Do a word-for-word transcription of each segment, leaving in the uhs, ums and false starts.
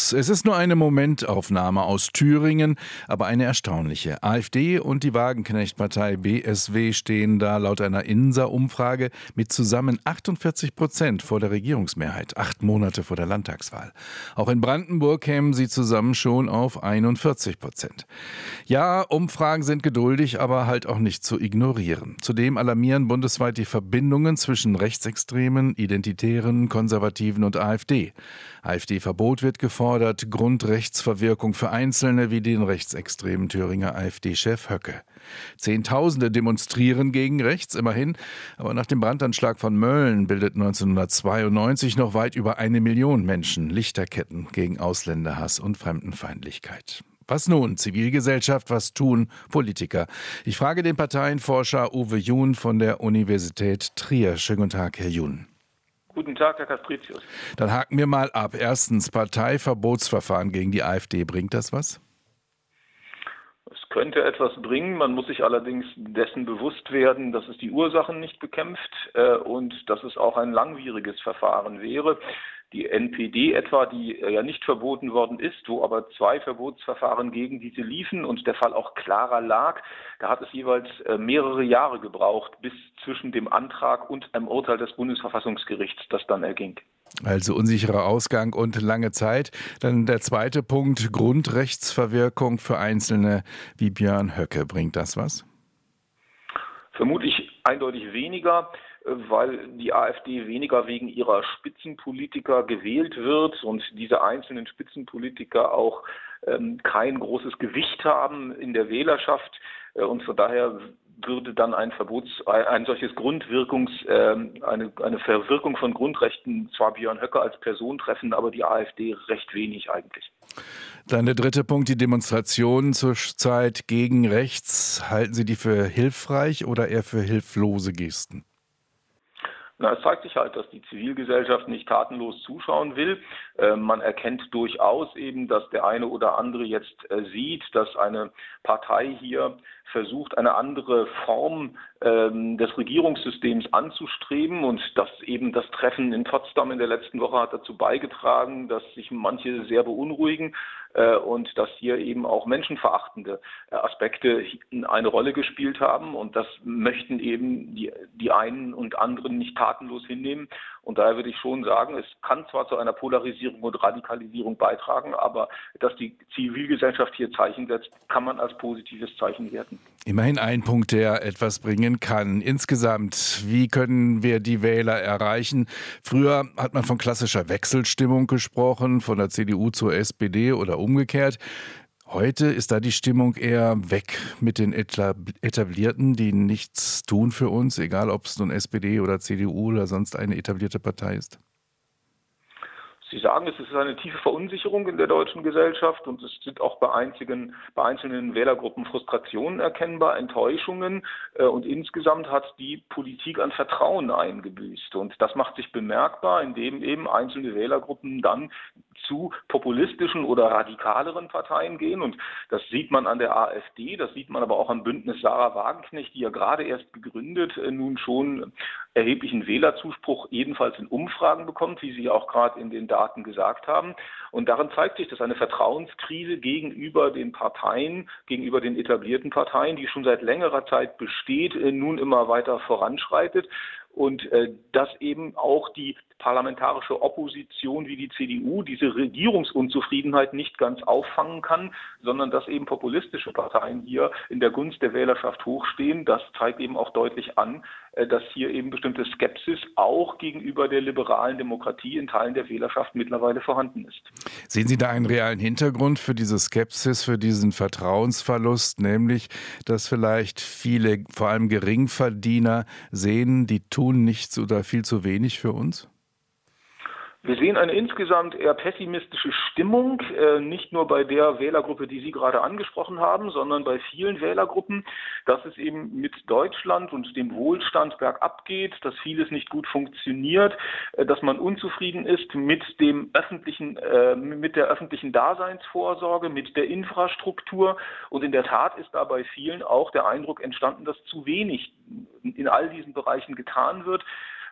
Schluss. Es ist nur eine Momentaufnahme aus Thüringen, aber eine erstaunliche. AfD und die Wagenknecht-Partei B S W stehen da laut einer INSA-Umfrage mit zusammen achtundvierzig Prozent vor der Regierungsmehrheit, acht Monate vor der Landtagswahl. Auch in Brandenburg kämen sie zusammen schon auf einundvierzig Prozent. Ja, Umfragen sind geduldig, aber halt auch nicht zu ignorieren. Zudem alarmieren bundesweit die Verbindungen zwischen Rechtsextremen, Identitären, Konservativen und AfD. AfD-Verbot wird gefordert, Grundrechtsverwirkung für Einzelne wie den rechtsextremen Thüringer AfD-Chef Höcke. Zehntausende demonstrieren gegen rechts, immerhin. Aber nach dem Brandanschlag von Mölln bildet neunzehnhundertzweiundneunzig noch weit über eine Million Menschen Lichterketten gegen Ausländerhass und Fremdenfeindlichkeit. Was nun? Zivilgesellschaft, was tun Politiker? Ich frage den Parteienforscher Uwe Jun von der Universität Trier. Schönen guten Tag, Herr Jun. Guten Tag, Herr Castricius. Dann haken wir mal ab. Erstens, Parteiverbotsverfahren gegen die AfD. Bringt das was? Es könnte etwas bringen. Man muss sich allerdings dessen bewusst werden, dass es die Ursachen nicht bekämpft äh, und dass es auch ein langwieriges Verfahren wäre. Die N P D etwa, die ja nicht verboten worden ist, wo aber zwei Verbotsverfahren gegen diese liefen und der Fall auch klarer lag, da hat es jeweils mehrere Jahre gebraucht, bis zwischen dem Antrag und einem Urteil des Bundesverfassungsgerichts das dann erging. Also unsicherer Ausgang und lange Zeit. Dann der zweite Punkt, Grundrechtsverwirkung für Einzelne wie Björn Höcke. Bringt das was? Vermutlich eindeutig weniger, weil die AfD weniger wegen ihrer Spitzenpolitiker gewählt wird und diese einzelnen Spitzenpolitiker auch ähm, kein großes Gewicht haben in der Wählerschaft. Äh, und von daher würde dann ein Verbots, ein solches Grundwirkungs, äh, eine, eine Verwirkung von Grundrechten zwar Björn Höcke als Person treffen, aber die AfD recht wenig eigentlich. Dann der dritte Punkt, die Demonstrationen zur Zeit gegen rechts. Halten Sie die für hilfreich oder eher für hilflose Gesten? Na, es zeigt sich halt, dass die Zivilgesellschaft nicht tatenlos zuschauen will. Äh, man erkennt durchaus eben, dass der eine oder andere jetzt äh, sieht, dass eine Partei hier versucht, eine andere Form ähm, des Regierungssystems anzustreben und dass eben das Treffen in Potsdam in der letzten Woche hat dazu beigetragen, dass sich manche sehr beunruhigen äh, und dass hier eben auch menschenverachtende äh, Aspekte eine Rolle gespielt haben und das möchten eben die, die einen und anderen nicht tatenlos hinnehmen. Und daher würde ich schon sagen, es kann zwar zu einer Polarisierung und Radikalisierung beitragen, aber dass die Zivilgesellschaft hier Zeichen setzt, kann man als positives Zeichen werten. Immerhin ein Punkt, der etwas bringen kann. Insgesamt, wie können wir die Wähler erreichen? Früher hat man von klassischer Wechselstimmung gesprochen, von der C D U zur S P D oder umgekehrt. Heute ist da die Stimmung eher weg mit den Etablierten, die nichts tun für uns, egal ob es nun S P D oder C D U oder sonst eine etablierte Partei ist. Sie sagen, es ist eine tiefe Verunsicherung in der deutschen Gesellschaft und es sind auch bei einzigen, bei einzelnen Wählergruppen Frustrationen erkennbar, Enttäuschungen und insgesamt hat die Politik an Vertrauen eingebüßt und das macht sich bemerkbar, indem eben einzelne Wählergruppen dann zu populistischen oder radikaleren Parteien gehen und das sieht man an der AfD, das sieht man aber auch am Bündnis Sarah Wagenknecht, die ja gerade erst gegründet nun schon erheblichen Wählerzuspruch ebenfalls in Umfragen bekommt, wie Sie auch gerade in den Daten gesagt haben. Und darin zeigt sich, dass eine Vertrauenskrise gegenüber den Parteien, gegenüber den etablierten Parteien, die schon seit längerer Zeit besteht, nun immer weiter voranschreitet. Und äh, dass eben auch die parlamentarische Opposition wie die C D U diese Regierungsunzufriedenheit nicht ganz auffangen kann, sondern dass eben populistische Parteien hier in der Gunst der Wählerschaft hochstehen. Das zeigt eben auch deutlich an, äh, dass hier eben bestimmte Skepsis auch gegenüber der liberalen Demokratie in Teilen der Wählerschaft mittlerweile vorhanden ist. Sehen Sie da einen realen Hintergrund für diese Skepsis, für diesen Vertrauensverlust, nämlich, dass vielleicht viele, vor allem Geringverdiener, sehen, die tun nichts oder viel zu wenig für uns? Wir sehen eine insgesamt eher pessimistische Stimmung, äh, nicht nur bei der Wählergruppe, die Sie gerade angesprochen haben, sondern bei vielen Wählergruppen, dass es eben mit Deutschland und dem Wohlstand bergab geht, dass vieles nicht gut funktioniert, äh, dass man unzufrieden ist mit dem öffentlichen, äh, mit der öffentlichen Daseinsvorsorge, mit der Infrastruktur. Und in der Tat ist da bei vielen auch der Eindruck entstanden, dass zu wenig in all diesen Bereichen getan wird.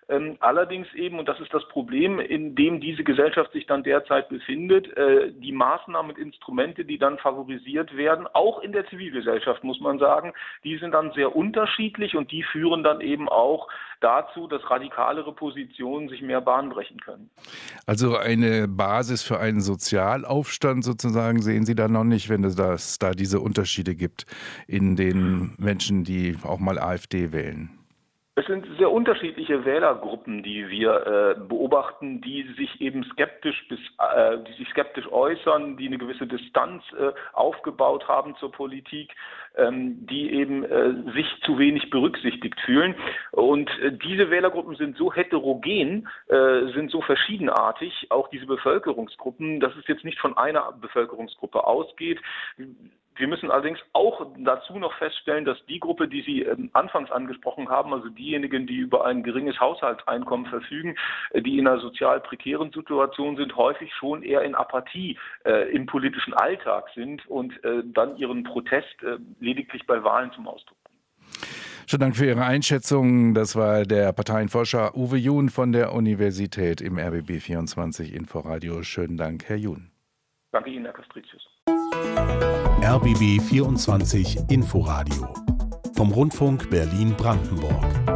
Ähm, allerdings eben, und das ist das Problem, in dem diese Gesellschaft sich dann derzeit befindet, äh, die Maßnahmen und Instrumente, die dann favorisiert werden, auch in der Zivilgesellschaft, muss man sagen, die sind dann sehr unterschiedlich und die führen dann eben auch dazu, dass radikalere Positionen sich mehr Bahn brechen können. Also eine Basis für einen Sozialaufstand sozusagen sehen Sie da noch nicht, wenn es das, da diese Unterschiede gibt in den Menschen, die auch mal AfD wählen? Es sind sehr unterschiedliche Wählergruppen, die wir äh, beobachten, die sich eben skeptisch bis, äh, die sich skeptisch äußern, die eine gewisse Distanz äh, aufgebaut haben zur Politik, ähm, die eben äh, sich zu wenig berücksichtigt fühlen. Und äh, diese Wählergruppen sind so heterogen, äh, sind so verschiedenartig, auch diese Bevölkerungsgruppen, dass es jetzt nicht von einer Bevölkerungsgruppe ausgeht. Wir müssen allerdings auch dazu noch feststellen, dass die Gruppe, die Sie ähm, anfangs angesprochen haben, also diejenigen, die über ein geringes Haushaltseinkommen verfügen, äh, die in einer sozial prekären Situation sind, häufig schon eher in Apathie äh, im politischen Alltag sind und äh, dann ihren Protest äh, lediglich bei Wahlen zum Ausdruck bringen. Schönen Dank für Ihre Einschätzung. Das war der Parteienforscher Uwe Jun von der Universität im R B B vierundzwanzig Inforadio. Schönen Dank, Herr Jun. Danke Ihnen, Herr Castricius. R B B vierundzwanzig Inforadio vom Rundfunk Berlin-Brandenburg.